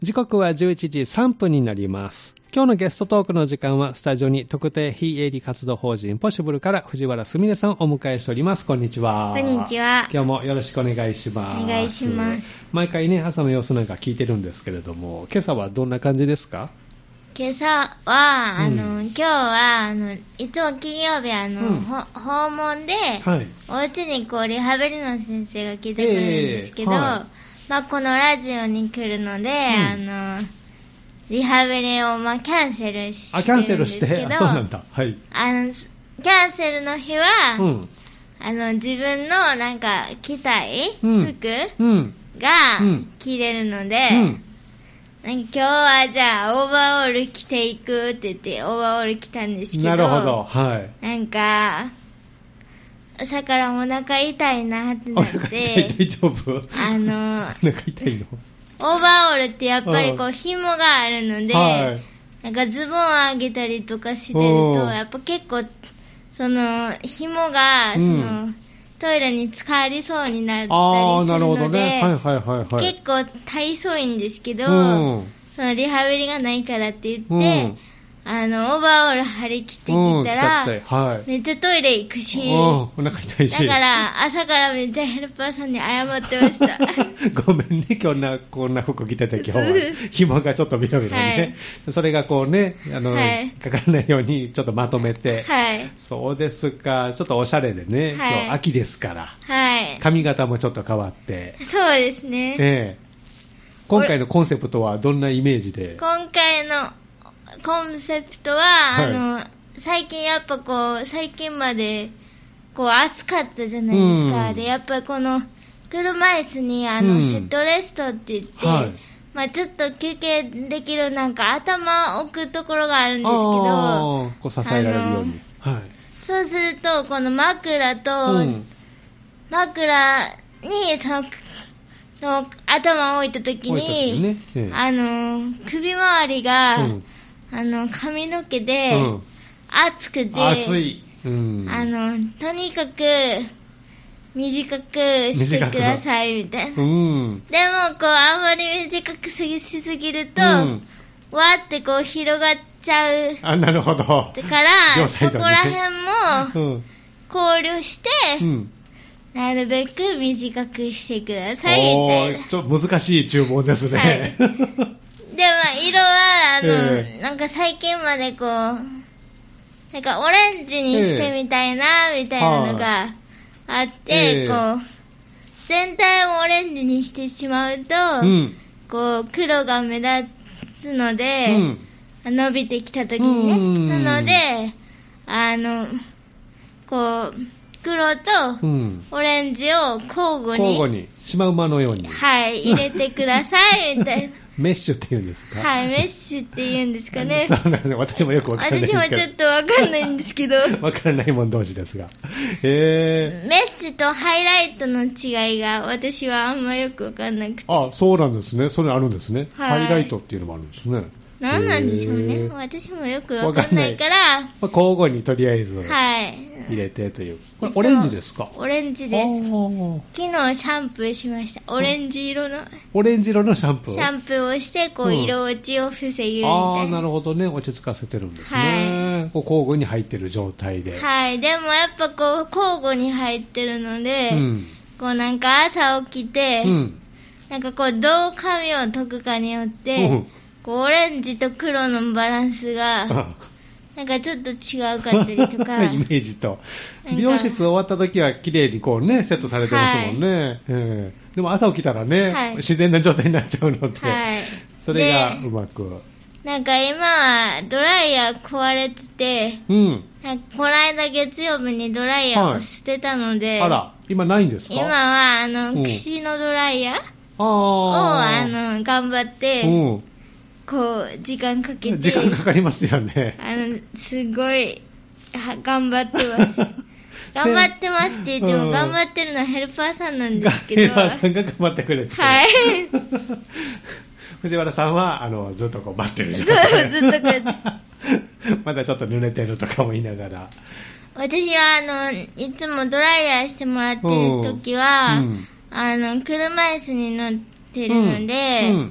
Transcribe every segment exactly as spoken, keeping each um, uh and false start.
時刻はじゅういちじさんぷんになります。今日のゲストトークの時間はスタジオに特定非営利活動法人ポシブルから藤原すみれさんをお迎えしております。こんにちは。 こんにちは。 今日もよろしくお願いします。 お願いします。 毎回ね、朝の様子なんか聞いてるんですけれども、今朝はどんな感じですか？ 今朝は、あの、うん、今日は、あの、いつも金曜日、あの、うん、訪問で、はい、お家にこう、リハビリの先生が来てくるんですけど、えーはい、まあ、このラジオに来るので、うん、あの、リハビリを、まあ、キャンセルしてるんですけど、あ、キャンセルして、あ、 そうなんだ。はい。 あの、キャンセルの日は、うん、あの、自分の、なんか、着たい服が着れるので、うんうんなんか今日はじゃあオーバーオール着ていくって言ってオーバーオール着たんですけどなるほど、はい、 なんか朝からお腹痛いなってなってお腹痛い大丈夫あのお腹痛いのオーバーオールってやっぱりこう紐があるので、はい、なんかズボン上げたりとかしてるとやっぱ結構その紐がその、うんトイレに浸かりそうになったりするので、ねはいはいはいはい、結構大層いんですけど、うん、そのリハビリがないからって言って、うんあのオーバーオール張り切ってきたら、うんはい、めっちゃトイレ行くし、 お腹痛いしだから朝からめっちゃヘルパーさんに謝ってましたごめんね今日なこんな服着てて今日は紐がちょっとビロビロにね、はい、それがこうねあの、はい、かからないようにちょっとまとめて、はい、そうですかちょっとおしゃれでね、はい、今日秋ですから、はい、髪型もちょっと変わってそうですね、 えー、今回のコンセプトはどんなイメージで今回のコンセプトは、はい、あの最近やっぱこう最近までこう暑かったじゃないですか、うん、でやっぱこの車椅子にあの、うん、ヘッドレストって言って、はいまあ、ちょっと休憩できるなんか頭を置くところがあるんですけどこう支えられるように、はい、 そうするとこの枕と、うん、枕にそのの頭を置いたときに、ねええ、あの首周りが、うんあの髪の毛で、うん、熱くて熱い、うん、 あのとにかく短くしてくださいみたいな、うん、でもこうあんまり短くしすぎると、うん、わーってこう広がっちゃうあなるほどだから、ね、そこら辺も考慮して、うん、なるべく短くしてくださいみたいなちょっと難しい注文ですね、 はいで、まあ、色は、あの、えー、なんか最近までこう、なんかオレンジにしてみたいな、みたいなのがあって、えー、こう、全体をオレンジにしてしまうと、うん、こう、黒が目立つので、うん、伸びてきた時にね、うん、なので、あの、こう、黒とオレンジを交互に、 交互に、シマウマのように。 はい、入れてください、みたいな。 メッシュって言うんですか？ はい、メッシュって言うんですかね。 そうなんです。私もよくわからないんですけど。 私もちょっとわかんないんですけど。 わからないもん同士ですが。へー。メッシュとハイライトの違いが私はあんまよくわかんなくて。 あ、そうなんですね。それあるんですね。はい、ハイライトっていうのもあるんですね。 何なんでしょうね。私もよくわかんないから。 まあ、交互にとりあえず入れてという。これオレンジですか？ オレンジです。昨日シャンプーしました。オレンジ色の。 オレンジ色のシャンプー？ シャンプーをして、こう、色落ちを防ぐみたいな。 ああ、なるほどね。落ち着かせてるんですね。はい、こう交互に入ってる状態で。 はい。でもやっぱこう、交互に入ってるので、うん、こうなんか朝起きて、うん、なんかこう、どう髪を解くかによって、うんこうオレンジと黒のバランスがなんかちょっと違うかったりとかイメージと美容室終わった時は綺麗にこうねセットされてますもんね、はいえー、でも朝起きたらね、はい、自然な状態になっちゃうので、はい、それがうまくなんか今はドライヤー壊れてて、うん、なんかこの間月曜日にドライヤーを捨てたので、 はい、あら今ないんですか？ 今はあの、うん、櫛のドライヤーをあの頑張って、うんこう時間かけて時間かかりますよねあのすごい頑張ってます頑張ってますって言っても、うん、頑張ってるのはヘルパーさんなんですけどヘルパーさんが頑張ってくれてはい藤原さんはあのずっとこう待ってる時間ずっとこうまだちょっと濡れてるとかも言いながら私はあのいつもドライヤーしてもらってる時は、うん、あの車椅子に乗ってるので、うんうん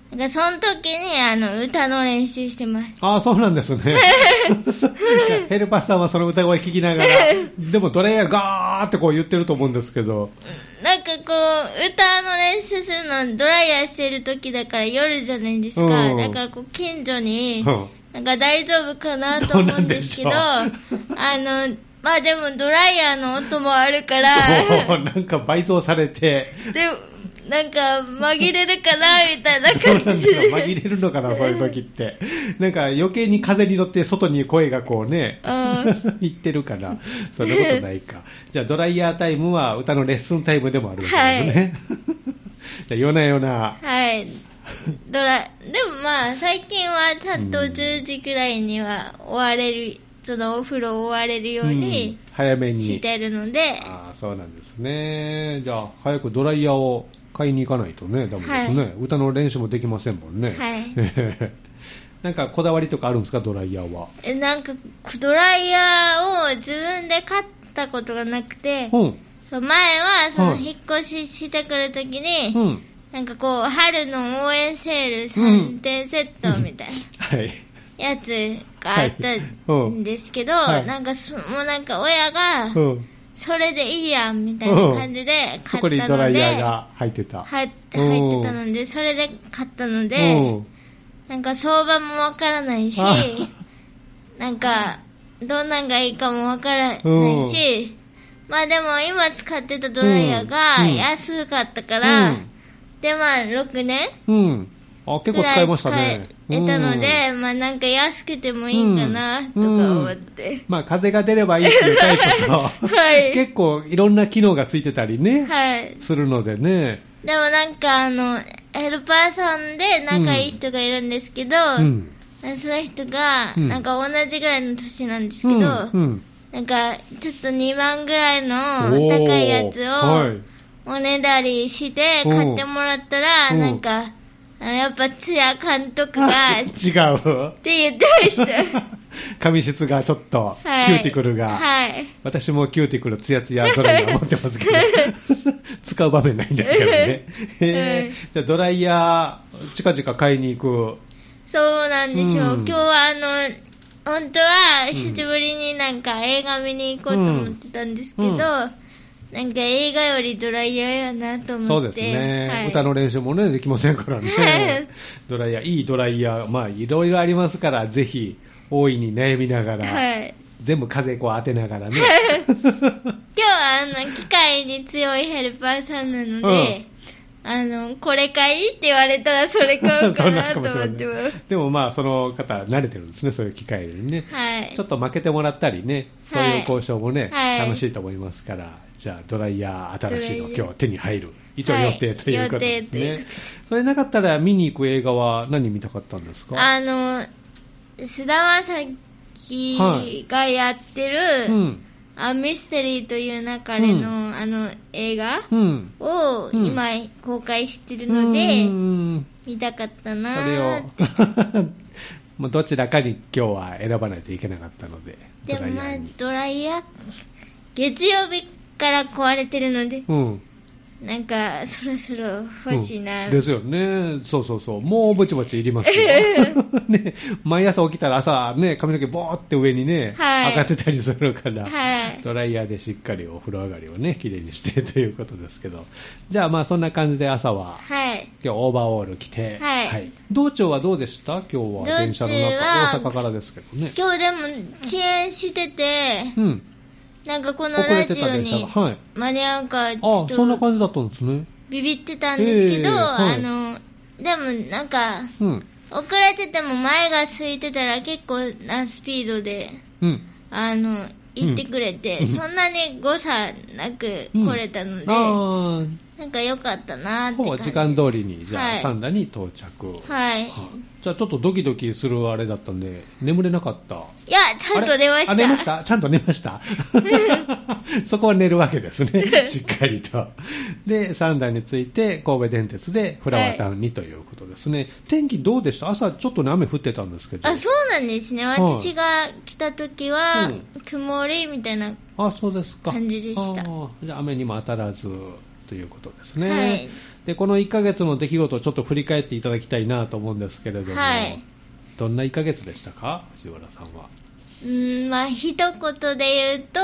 なんかその時にあの歌の練習してます。 ああ、そうなんですね。ヘルパーさんはその歌声聞きながら、でもドライヤーガーってこう言ってると思うんですけど。 なんかこう、歌の練習するのドライヤーしてる時だから夜じゃないですか。うん、だからこう近所に、なんか大丈夫かなと思うんですけど、あの、まあでもドライヤーの音もあるから、 なんか倍増されて。 でなんか紛れるかなみたいな感じで。 紛れるのかな、そういう時って。なんか余計に風に乗って外に声がこうね、行ってるから、そんなことないか。じゃあドライヤータイムは歌のレッスンタイムでもあるわけですね。はい、じゃあ夜な夜な。 はい。ドラ、でもまあ最近はちゃんとじゅうじくらいには終われる、そのお風呂終われるように、うん、早めにしてるので。 ああ、そうなんですね。じゃあ早くドライヤーを買いに行かないとね、ダメですね、はい、歌の練習もできませんもんね。はい。なんかこだわりとかあるんですか、ドライヤーは。 え、なんかドライヤーを自分で買ったことがなくて、うん、そう前はその引っ越ししてくるときに、うん、なんかこう春の応援セールさんてんセットみたいな、うん、はい、やつがあったんですけど、はい、なんかそもうなんか親が、うんそれでいいやんみたいな感じで買ったので、そこにドライヤーが入ってた入って入ってたので、それで買ったので、なんか相場もわからないし、なんかどんなんがいいかもわからないし、まあでも今使ってたドライヤーが安かったから、うん、でまあろくねん、うんあ、結構使いましたね。 使えたので、うん、まあなんか安くてもいいかなとか思って、うんうん、 まあ風が出ればいいっていうタイプと、はい、結構いろんな機能がついてたりね、はい、するのでね。 でもなんかあのヘルパーさんで仲いい人がいるんですけど、うん、その人がなんか同じぐらいの年なんですけど、うんうん、なんかちょっとにまんぐらいの高いやつをおねだりして買ってもらったら、なんかやっぱツヤ監督が違うって言ってました髪質がちょっと、はい、キューティクルが、はい、私もキューティクルツヤツヤドライヤー持ってますけど使う場面ないんですけどね、えー、じゃあドライヤー近々買いに行く。 そうなんですよ、うん、今日はあの本当は久しぶりになんか映画見に行こうと思ってたんですけど、うんうんなんか映画よりドライヤーやなと思って。 そうですね、はい、歌の練習もねできませんからねドライヤー、いいドライヤー、まあいろいろありますから、ぜひ大いに悩みながら、はい、全部風こう当てながらね今日はあの機械に強いヘルパーさんなので、うん、あのこれかいって言われたらそれ買うかなと思ってます。 でもまあその方慣れてるんですね、そういう機械にね、はい、ちょっと負けてもらったりね、そういう交渉もね、はい、楽しいと思いますから、じゃあドライヤー新しいの今日手に入る一応予定ということですね、はい、それなかったら見に行く映画は何見たかったんですか。 あの菅田将暉がやってる、はいうん、あミステリーという中での、うん、あの映画を今公開してるので、うん、見たかったな。それをもうどちらかに今日は選ばないといけなかったので、 でもまあドライヤー月曜日から壊れてるので、うん、なんかそろそろ欲しいな、 うん、ですよね。そうそうそう、もうぼちぼちいりますよ、ね、毎朝起きたら朝ね髪の毛ボーって上にね、はい、上がってたりするから、はい、ドライヤーでしっかりお風呂上がりをねきれいにしてということですけど、じゃあまあそんな感じで朝は、はい、今日オーバーオール着て、はいはい、道中はどうでした。今日は電車の中、大阪からですけどね。 今日でも遅延してて、うんなんかこのラジオに間に合うかちょっと、 あ、そんな感じだったんですね。 ビビってたんですけど、えーはい、あのでもなんか、うん、遅れてても前が空いてたら結構なスピードで、うん、あの行ってくれて、うん、そんなに誤差なく来れたので、うん、なんか良かったなって感じ。 時間通りにじゃあ、はい、三田に到着、はい、はじゃあちょっとドキドキするあれだったんで眠れなかった。 いやちゃんと寝ました。 あ寝ましたちゃんと寝ましたそこは寝るわけですねしっかりと。で三田に着いて神戸電鉄でフラワータウンにということですね、はい、天気どうでした。朝ちょっとね雨降ってたんですけど。 あそうなんですね、私が来た時は、うん、曇りみたいな感じでした。 あそうですか。じゃあ雨にも当たらずということですね。はい、でこのいっかげつの出来事をちょっと振り返っていただきたいなと思うんですけれども、はい、どんないっかげつでしたか、藤原さんは。 うーん、まあ一言で言うと、うん、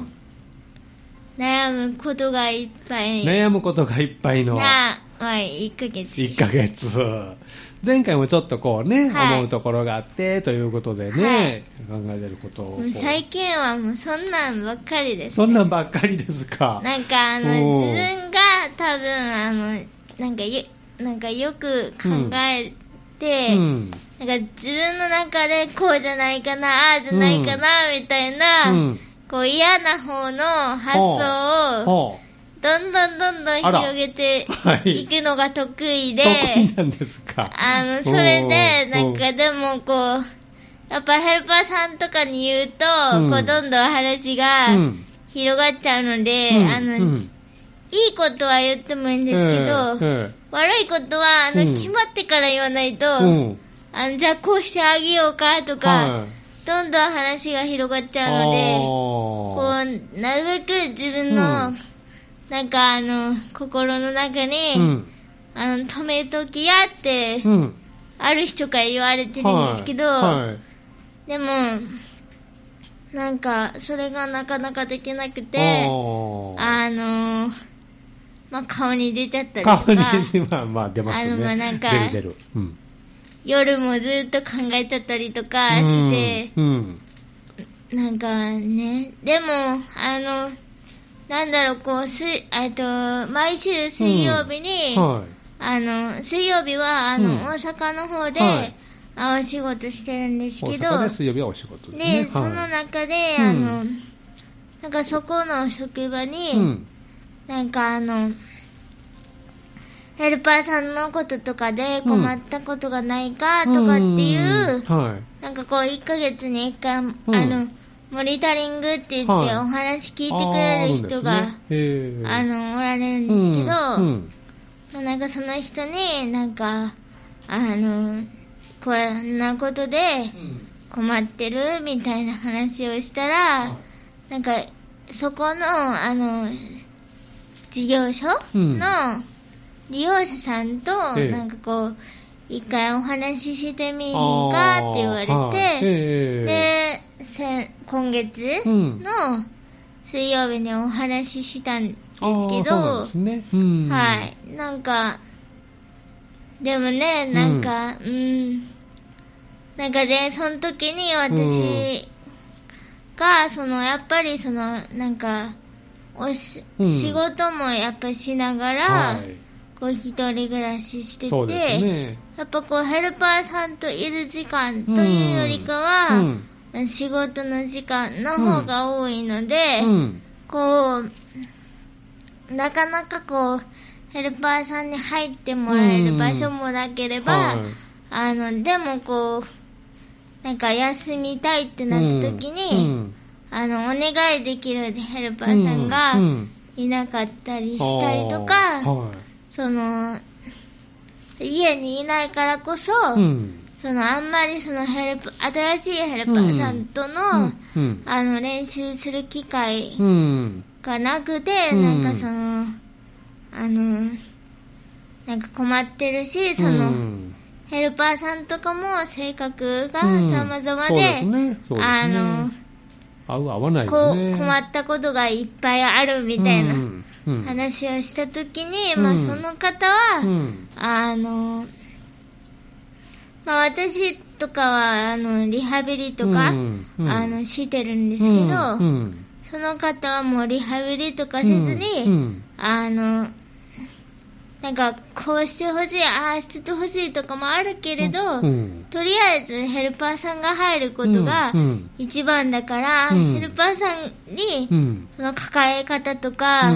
悩むことがいっぱい悩むことがいっぱいのな、まあ、いっかげついっかげつ前回もちょっとこうね、はい、思うところがあってということでね、はい、考えてることを最近はもうそんなんばっかりです、 ね、そんなんばっかりですか。 なんかあの自分が多分あのなんかよなんかよく考えて、うん、なんか自分の中でこうじゃないかな、ああじゃないかな、うん、みたいな、うん、こう嫌な方の発想をどんどんどんどん広げていくのが得意で、 得意なんですか。 あのそれでなんかでもこうやっぱヘルパーさんとかに言うと、うん、こうどんどん話が広がっちゃうので、うん、あの、うん、いいことは言ってもいいんですけど、えーえー、悪いことはあの、うん、決まってから言わないと、うん、あのじゃあこうしてあげようかとか、はい、どんどん話が広がっちゃうので、こうなるべく自分の、うん、なんかあの心の中に、うん、あの止めときやって、うん、ある人から言われてるんですけど、はいはい、でもなんかそれがなかなかできなくて、あのまあ顔に出ちゃったりとか、顔にまあまあ出ますね。あのまあなんか出る出る、うん、 夜もずっと考えちゃったりとかして、うんうん、なんかね、でもあのなんだろう、こうすあと毎週水曜日に、うんはい、あの水曜日はあの、うん、大阪の方で、はい、あお仕事してるんですけど、 大阪で水曜日はお仕事ですね。 で、はい、その中で、あの、うん、なんかそこの職場に、うん、なんかあのヘルパーさんのこととかで困ったことがないかとかっていう、うんはい、なんかこういっかげつにいっかい、うん、あのモニタリングって言ってお話聞いてくれる人が、はい、あ, ね、あのおられるんですけど、うんうん、なんかその人になんかあのこんなことで困ってるみたいな話をしたら、うん、なんかそこのあの事業所の利用者さんとなんかこう一回お話ししてみへんかって言われて、はい、で今月の水曜日にお話ししたんですけど、ねうん、はい、なんかでもね、なんか、うん、うんなんかね、その時に私が、その、やっぱりその、なんか、おし、うん、仕事もやっぱりしながら、はい、こう一人暮らししてて、そうですね、やっぱこうヘルパーさんといる時間というよりかは、うんうん、仕事の時間の方が多いので、うん、こう、なかなかこう、ヘルパーさんに入ってもらえる場所もなければ、うんはい、あの、でもこう、なんか休みたいってなった時に、うん、あの、お願いできるヘルパーさんがいなかったりしたりとか、うんはい、その、家にいないからこそ、うん、その、あんまりそのヘルプ、新しいヘルパーさんとの、うん、あの、練習する機会がなくて、なんかその、あの、なんか困ってるし、その、ヘルパーさんとかも性格が様々で、うんねね、あの、 合う合わないよね、 こう困ったことがいっぱいあるみたいな話をしたときに、うん、まあその方は、うん、あの、まあ私とかはあのリハビリとか、うんうん、あのしてるんですけど、うんうん、その方はもうリハビリとかせずに、うんうん、あの、なんかこうしてほしい、ああしてほしいとかもあるけれど、うん、とりあえずヘルパーさんが入ることが一番だから、うん、ヘルパーさんにその抱え方とか、うん、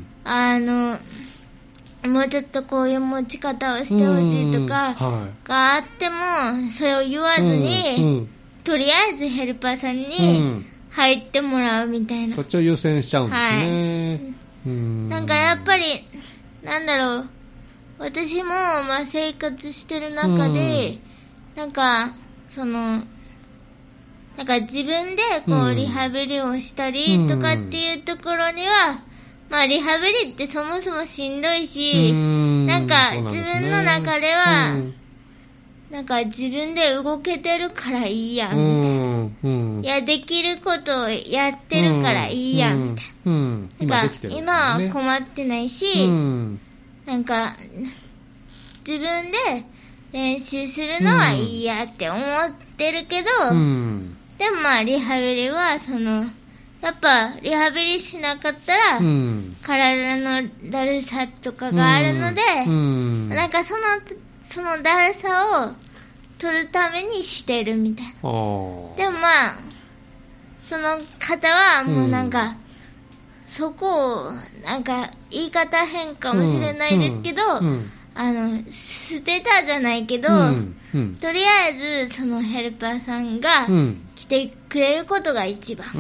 あのもうちょっとこういう持ち方をしてほしいとかがあっても、それを言わずに、とりあえずヘルパーさんに入ってもらうみたいな、 そっちを優先しちゃうんですね、はい、 うんなんかやっぱりなんだろう、私もまあ生活してる中で、うん、なんかそのなんか自分でこうリハビリをしたりとかっていうところには、 まあリハビリってそもそもしんどいし、んなんか自分の中では、うん、なんか自分で動けてるからいいやみたいな、うんうん、いやできることをやってるからいいやみたいな、うんうん、なんか今は困ってないし、うん、なんか自分で練習するのはいいやって思ってるけど、うん、でもまあリハビリはそのやっぱリハビリしなかったら、うん、体のだるさとかがあるので、うん、なんかそのそのだるさを取るためにしてるみたいな。でもまあその方はもうなんか、うん、そこをなんか言い方変かもしれないですけど、うんうん、あの捨てたじゃないけど、うんうん、とりあえずそのヘルパーさんが来てくれることが一番、うん、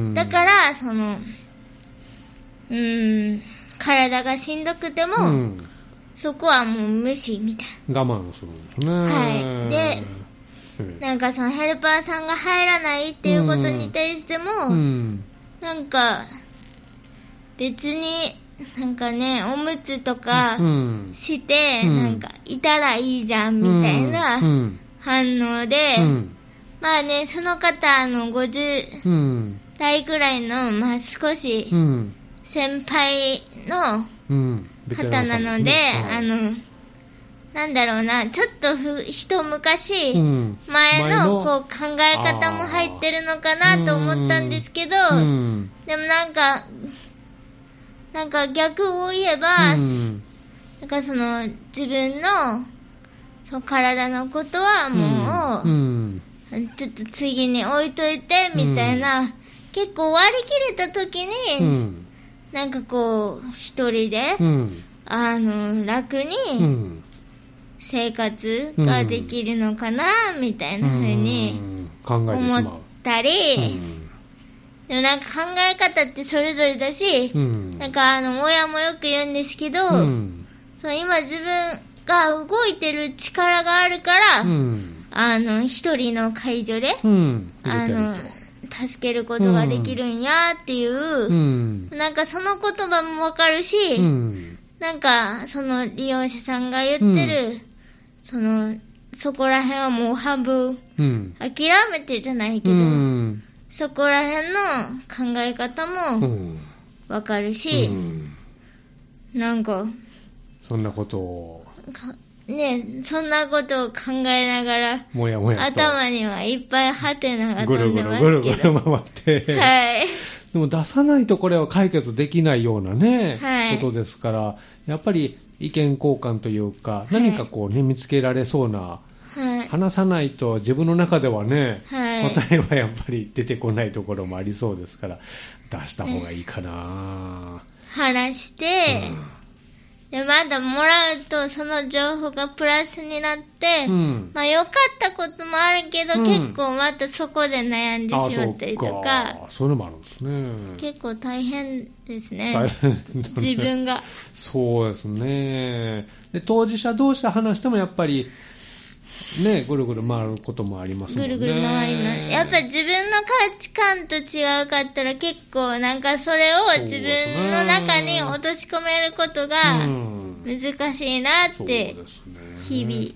だからそのうーん体がしんどくても、うん、そこはもう無視みたいな我慢するんですね。 はいで、うん、なんかそのヘルパーさんが入らないっていうことに対しても、うん、なんか別になんかね、おむつとかして、うん、なんかいたらいいじゃんみたいな反応で、うん、まあね、その方あのごじゅう代ぐらいの、まあ少し先輩の方なので、うん、あのなんだろうな、ちょっとふ一昔前のこう考え方も入ってるのかなと思ったんですけど、でもなんかなんか逆を言えば、うん、なんかその自分のその体のことはもう、うんうん、ちょっと次に置いといてみたいな、うん、結構割り切れた時に、うん、なんかこう一人で、うん、あの楽に生活ができるのかなみたいな風に思ったり、でもなんか考え方ってそれぞれだし、うん、なんかあの親もよく言うんですけど、うん、その今自分が動いてる力があるから、うん、あの一人の介助で、うん、あの助けることができるんやっていう、うん、なんかその言葉もわかるし、うん、なんかその利用者さんが言ってる、うん、そのそこら辺はもう半分、うん、諦めてじゃないけど、うんそこら辺の考え方もわかるし、うんうん、なんかそんなことをね、そんなことを考えながらもやもやと頭にはいっぱいハテナが飛んでますけどぐるぐるぐるぐる回って、はい、でも出さないとこれは解決できないようなね、はい、ことですから、やっぱり意見交換というか何かこうね、見つけられそうな、はい、話さないと自分の中ではね、はい、答えはやっぱり出てこないところもありそうですから出した方がいいかな。 話して、うん、でまだもらうとその情報がプラスになって、うん、まあ良かったこともあるけど、うん、結構またそこで悩んでしまったりとか、 あ、そういうのもあるんですね。 結構大変ですね。大変ね自分が。 そうですね。で当事者同士で話してもやっぱりね、ぐるぐる回ることもありますもんね。ぐるぐる回ります。やっぱり自分の価値観と違うかったら結構なんかそれを自分の中に落とし込めることが難しいなって日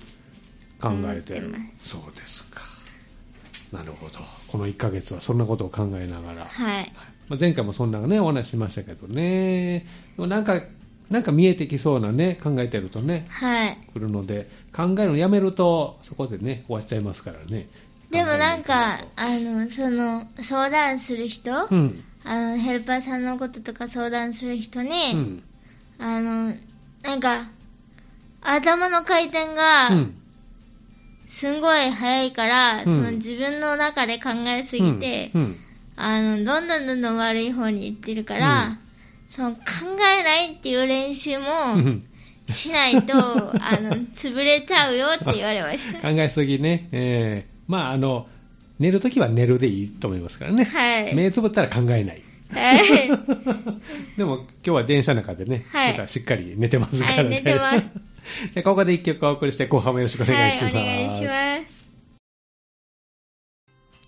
々 考えてます。そうですか。なるほど。このいっかげつはそんなことを考えながら、はい、まあ、前回もそんなねお話ししましたけどね。でもなんかなんか見えてきそうなね考えてるとね、はい、来るので考えるのやめるとそこでね終わっちゃいますからね。 でもなんかあのその相談する人、うん、あのヘルパーさんのこととか相談する人に、うん、あのなんか頭の回転がすんごい早いから、うん、その自分の中で考えすぎて、うんうん、あのどんどんどんどん悪い方に行ってるから、うん、その考えないっていう練習もしないとあの潰れちゃうよって言われました。 考えすぎね、えー、まああの寝るときは寝るでいいと思いますからね、はい、目つぶったら考えない、はい、でも今日は電車の中でね、はい、またしっかり寝てますからね、はい、寝てますでここで一曲お送りして後半もよろしくお願いします。はい、お願いします。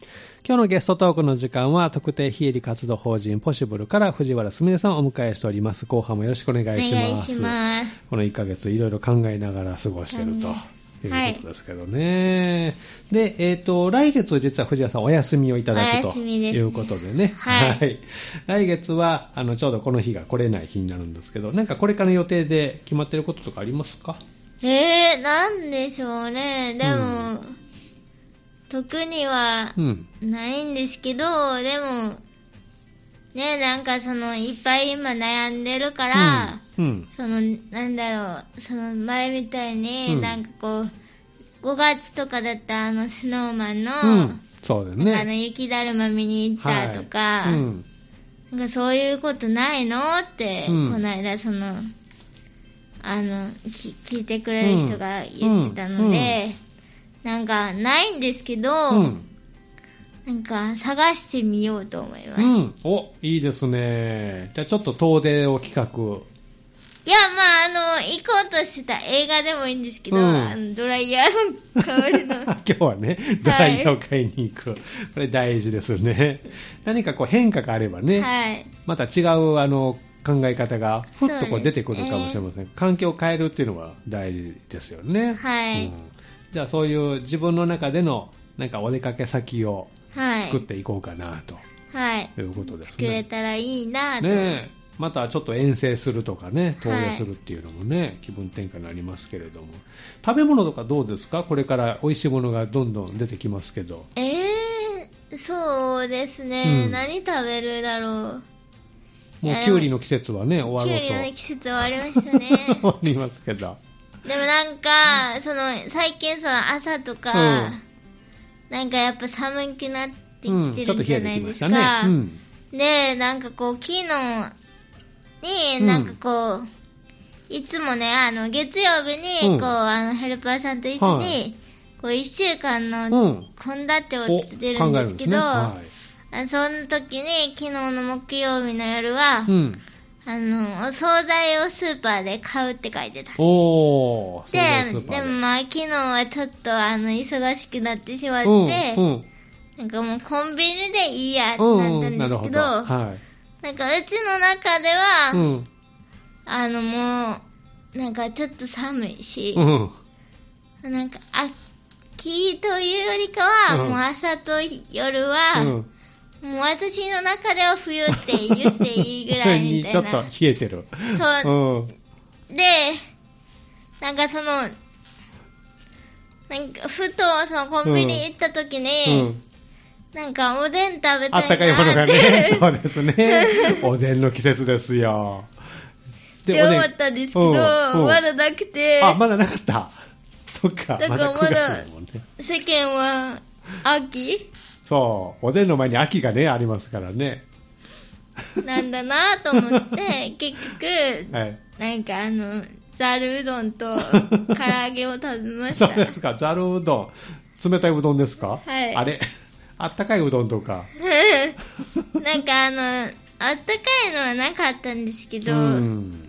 今日のゲストトークの時間は特定非営利活動法人ポシブルから藤原すみれさんをお迎えしております。後半もよろしくお願いします。お願いします。このいっかげついろいろ考えながら過ごしているということですけどね。はい、で、えっと、来月実は藤原さんお休みをいただくということでね。はい。はい、来月は、あの、ちょうどこの日が来れない日になるんですけど、なんかこれからの予定で決まっていることとかありますか？ えー、なんでしょうね。でも、うん、特にはないんですけど、うん、でも、ね、なんかその、いっぱい今悩んでるから、うんうん、その、なんだろう、その前みたいに、うん、なんかこう、ごがつとかだったあの、スノーマンの、うん、そうだね。なんかあの、雪だるま見に行ったとか、はいうん、なんかそういうことないのって、うん、この間その、あの、聞いてくれる人が言ってたので、うんうん、なんかないんですけど、うん、なんか探してみようと思います。うん、 お、いいですね。じゃあちょっと遠出を企画。 いや、まあ、あの、行こうとしてた映画でもいいんですけど、うん、あのドライヤーの代わりの。 今日はね、ドライヤーを買いに行く。はい、これ大事ですね。何かこう変化があればね、はい、また違う、あの、考え方がふっとこう出てくるかもしれません。環境を変えるっていうのは大事ですよね。はい。うん、じゃあそういう自分の中でのなんかお出かけ先を作っていこうかなと、はい、いうことですね。 作れたらいいなと。 ねえ。またちょっと遠征するとかね、遠出するっていうのもね、はい、気分転換になりますけれども。食べ物とかどうですか？これから美味しいものがどんどん出てきますけど。 えー、そうですね。うん、何食べるだろう。 もうキュウリの季節はね、終わろうと。 キュウリの季節終わりましたね。 終わりますけど。 でもなんか、その、最近その朝とか、うん、なんかやっぱ寒くなってきてるんじゃないですか。うん、ちょっと冷えてきましたね。うん、で、なんかこう、昨日に、なんかこう、うん、いつもね、あの、月曜日に、こう、うん、あの、ヘルパーさんと一緒に、はい、こう、一週間の献立を出るんですけど、その時に昨日の木曜日の夜は、うん、あの、お惣菜をスーパーで買うって書いてた。おー、で、でもまあ昨日はちょっとあの、忙しくなってしまって、うんうん、なんかもうコンビニでいいやってなったんですけど、うんうん、はい、なんかうちの中では、うん、あのもう、なんかちょっと寒いし、うん、なんか秋というよりかは、うん、もう朝と夜は、うんもう私の中では冬って言っていいぐらいみたいな。 ちょっと冷えてる。 そう。うん、で、なんかその、なんかふとそのコンビニ行った時に、うんうん、なんかおでん食べたいなって。あったかいものがね、そうですね。おでんの季節ですよ。 で、って思ったんですけど、うんうん、まだなくて。 あ、まだなかった。そっか。 だからまだ、世間は秋そう、おでんの前に秋がね、ありますからね。 なんだなと思って、結局、はい、なんかあの、ざるうどんと唐揚げを食べました。 そうですか、ざるうどん。冷たいうどんですか？はい。あれ、あったかいうどんとか。 なんかあの、あったかいのはなかったんですけど、うん、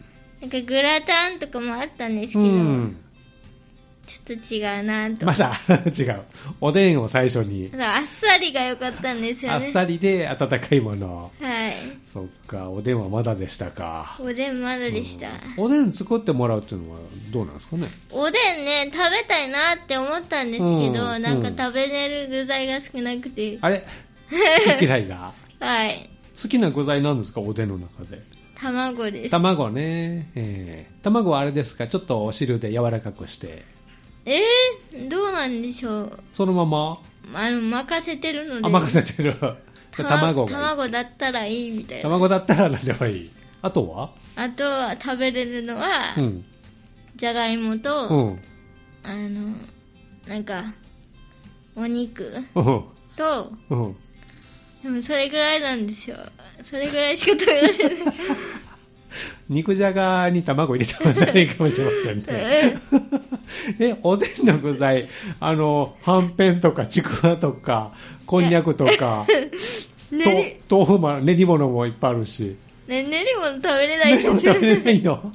なんかグラタンとかもあったんですけど、うんちょっと違うなと。 まだ違う。おでんを最初に。 あっさりが良かったんですよね。 あっさりで温かいもの。はい。そっか、おでんはまだでしたか。 おでんまだでした。 うん、おでん作ってもらうっていうのはどうなんですかね。 おでんね、食べたいなって思ったんですけど、うん、なんか食べれる具材が少なくて。 あれ好き嫌いがはい。 好きな具材なんですか、おでんの中で。 卵です。 卵ね。えー、卵はあれですか、ちょっとお汁で柔らかくして。 えー、どうなんでしょう。 そのままあの、任せてるので。 あ、任せてる。卵がいい。 卵だったらいいみたいな。 卵だったら何でもいい。あとはあとは食べれるのは、うん、じゃがいもと、うん、あの、なんか、お肉と、うん、でもそれぐらいなんですよ。それぐらいしか食べられない。 肉じゃがに卵入れたらいいかもしれませんね。え、おでんの具材、あの、はんぺんとかちくわとか、こんにゃくとか、と豆腐も、練り物もいっぱいあるし。 ね、練り物食べれないんですよ。 練り物食べれないの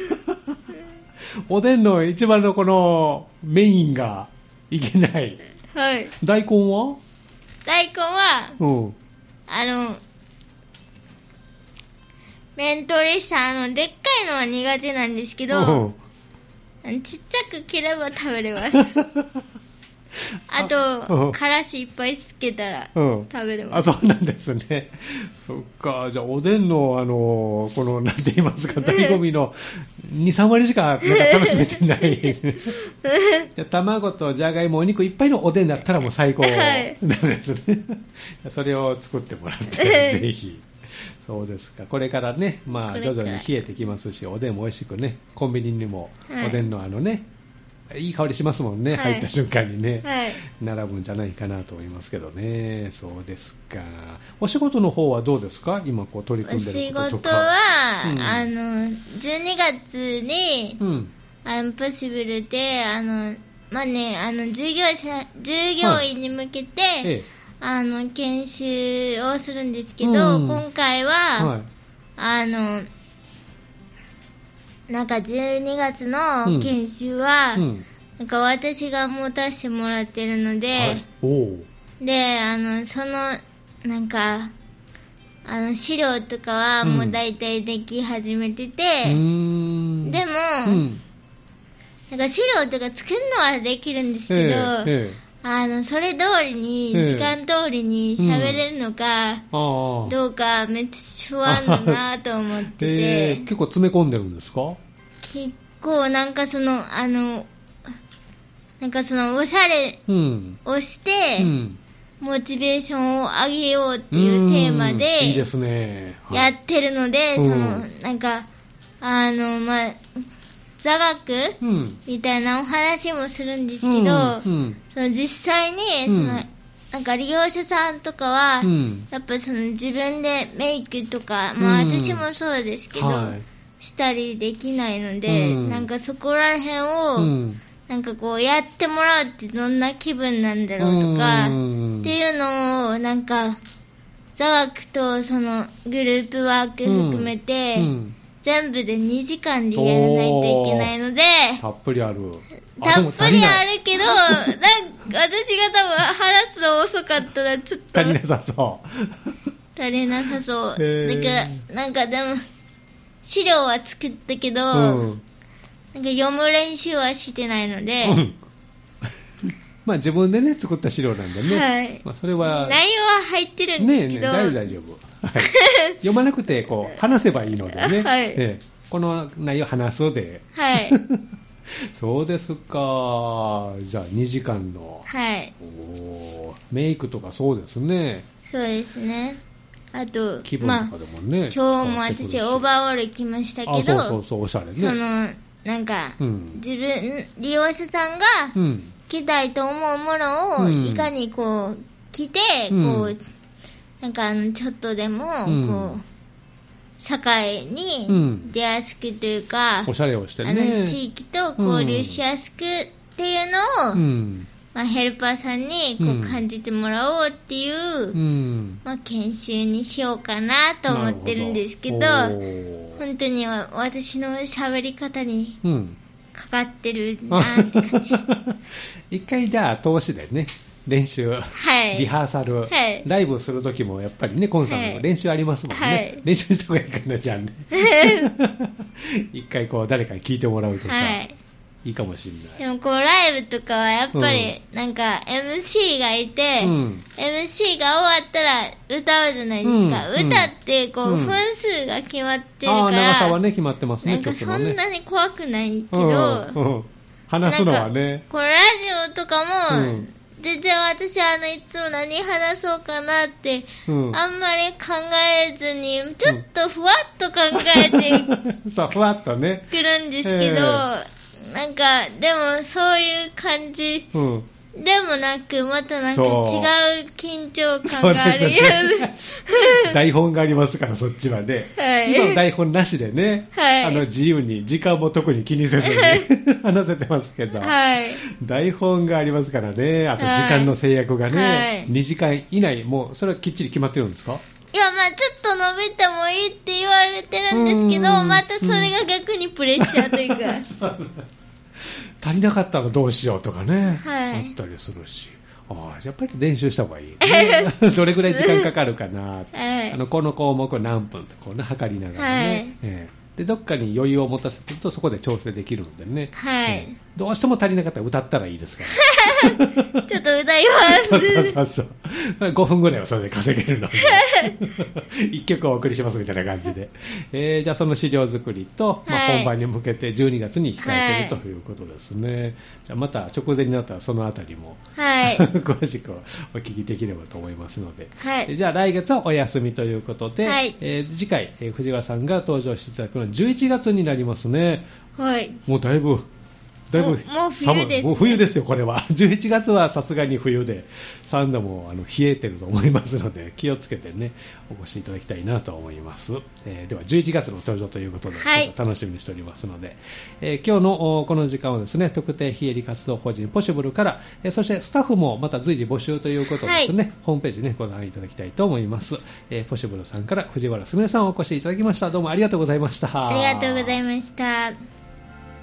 おでんの一番のこのメインがいけない。はい。大根は大根は、 うん、 あの、面取りしたあの、でっかいのは苦手なんですけど、うん、ちっちゃく切れば食べれます。あと、うん、からしいっぱいつけたら食べれます。 うん、あ、そうなんですね。そっか、じゃあおでんの、あの、この、なんて言いますか、醍醐味のに、さん割しかなんか楽しめてないですね。じゃ卵とじゃがいも、お肉いっぱいのおでんだったらもう最高なんですね。それを作ってもらって、ぜひ。そうですか。これからね、まあ徐々に冷えてきますし、おでんも美味しくね、コンビニにもおでんのあのね、はい、いい香りしますもんね、はい、入った瞬間にね、はい、並ぶんじゃないかなと思いますけどね。そうですか。お仕事の方はどうですか？今こう取り組んでることとか。 お仕事は、うん、あのじゅうにがつに、うん、あのポシブルであのまあね、あの従業者従業員に向けて、はい、ええ、あの研修をするんですけど、うん、今回は、はい、あのなんかじゅうにがつの研修は、うんうん、なんか私が持たせてもらってるので、はい、おで、あのそのなんかあの資料とかはもう大体でき始めてて、うん、でも、うん、なんか資料とか作るのはできるんですけど、えーえーあのそれ通りに、時間通りに喋れるのか、うん、どうかめっちゃ不安だなと思ってて、 えー、結構詰め込んでるんですか？ 結構なんかそのあのなんかそのおしゃれをして、うん、モチベーションを上げようっていうテーマでいいですね、 やってるので、そのなんかあのまあ座学、うん、みたいなお話もするんですけど、うんうん、その実際にその、うん、なんか利用者さんとかは、うん、やっぱその自分でメイクとか、まあ、私もそうですけど、はい、したりできないので、うん、なんかそこら辺を、うん、なんかこうやってもらうってどんな気分なんだろうとか、うん、っていうのをなんか座学とそのグループワーク含めて、うんうん全部でにじかんでやらないといけないので、 たっぷりある。 たっぷりあるけど、なんか私が多分話すの遅かったらちょっと。 足りなさそう。 足りなさそう。だから、なんかでも、資料は作ったけど、うん、なんか読む練習はしてないので、うん、 まあ自分でね、作った資料なんでね。はい。まあそれは。 内容は入ってるんですけど。 ねえねえ、大丈夫。はい、読まなくてこう話せばいいのでね、はいええ、この内容話すで、はい、そうですか。じゃあにじかんの、はい、おメイクとかそうですね。 そうですね。あと気分とかでもね、まあ、 今日も私オーバーオール着ましたけど、あそうそうそうおしゃれね。 そのなんか、うん、自分利用者さんが着たいと思うものをいかにこう着て、うん、こうなんかあのちょっとでもこう、うん、社会に出やすくというか、 うん、おしゃれをしてね、 あの地域と交流しやすくっていうのを、うんまあ、ヘルパーさんにこう感じてもらおうっていう、うんまあ、研修にしようかなと思ってるんですけど、本当に私の喋り方にかかってるなって感じ、うん、 一回じゃあ通しでね練習、はい、リハーサル、はい、ライブするときもやっぱりね、コンさんも練習ありますもんね。はい、練習した方がいいかな、じゃあね。一回こう誰かに聞いてもらうとか、はい、いいかもしれない。 でもこうライブとかはやっぱりなんか エムシー がいて、うん、エムシー が終わったら歌うじゃないですか。うん、歌ってこう、うん、分数が決まってるから、あ長さはね決まってますね。 なんかそんなに怖くないけど、 うんうん、話すのはね。 これラジオとかも、うん全然私あのいつも何話そうかなって、うん、あんまり考えずにちょっとふわっと考えて、 うん、そうふわっとねくるんですけど、えー、なんかでもそういう感じ、うん、でもなくまたなんか違う緊張感があるような、ね、 台本がありますからそっちはね、はい、今の台本なしでね、はい、あの自由に時間も特に気にせずに話せてますけど、はい、台本がありますからね。あと時間の制約がね、はい、にじかん以内もうそれはきっちり決まってるんですか？ いやまあちょっと伸びてもいいって言われてるんですけど、またそれが逆にプレッシャーというか足りなかったらどうしようとかね、 はい、 あったりするし、あやっぱり練習した方がいい、ね、どれぐらい時間かかるかな、はい、あのこの項目何分ってこう、ね、測りながらね、はいえーでどっかに余裕を持たせてるとそこで調整できるのでね、 はいえー、どうしても足りなかったら歌ったらいいですからちょっと歌いますそうそうそうそうごふんぐらいはそれで稼げるのでいっきょくお送りしますみたいな感じで、えー、じゃあその資料作りと、まあ、本番に向けてじゅうにがつに控えているということですね、はい、じゃあまた直前になったらそのあたりも、はい、詳しくお聞きできればと思いますので、はい、じゃあ来月はお休みということで、はいえー、次回、えー、藤原さんが登場していただくのはじゅういちがつになりますね。 はい。 もうだいぶだいぶもう冬です、ね、 もう冬ですよこれは。じゅういちがつはさすがに冬でさんどもあの冷えてると思いますので気をつけてねお越しいただきたいなと思います、えー、ではじゅういちがつの登場ということで、はい、楽しみにしておりますので、えー、今日のこの時間はですね特定非営利活動法人ポシブルから、えー、そしてスタッフもまた随時募集ということですね、はい、ホームページねご覧いただきたいと思います、えー、ポシブルさんから藤原すみれさんお越しいただきました。どうもありがとうございました。 ありがとうございました。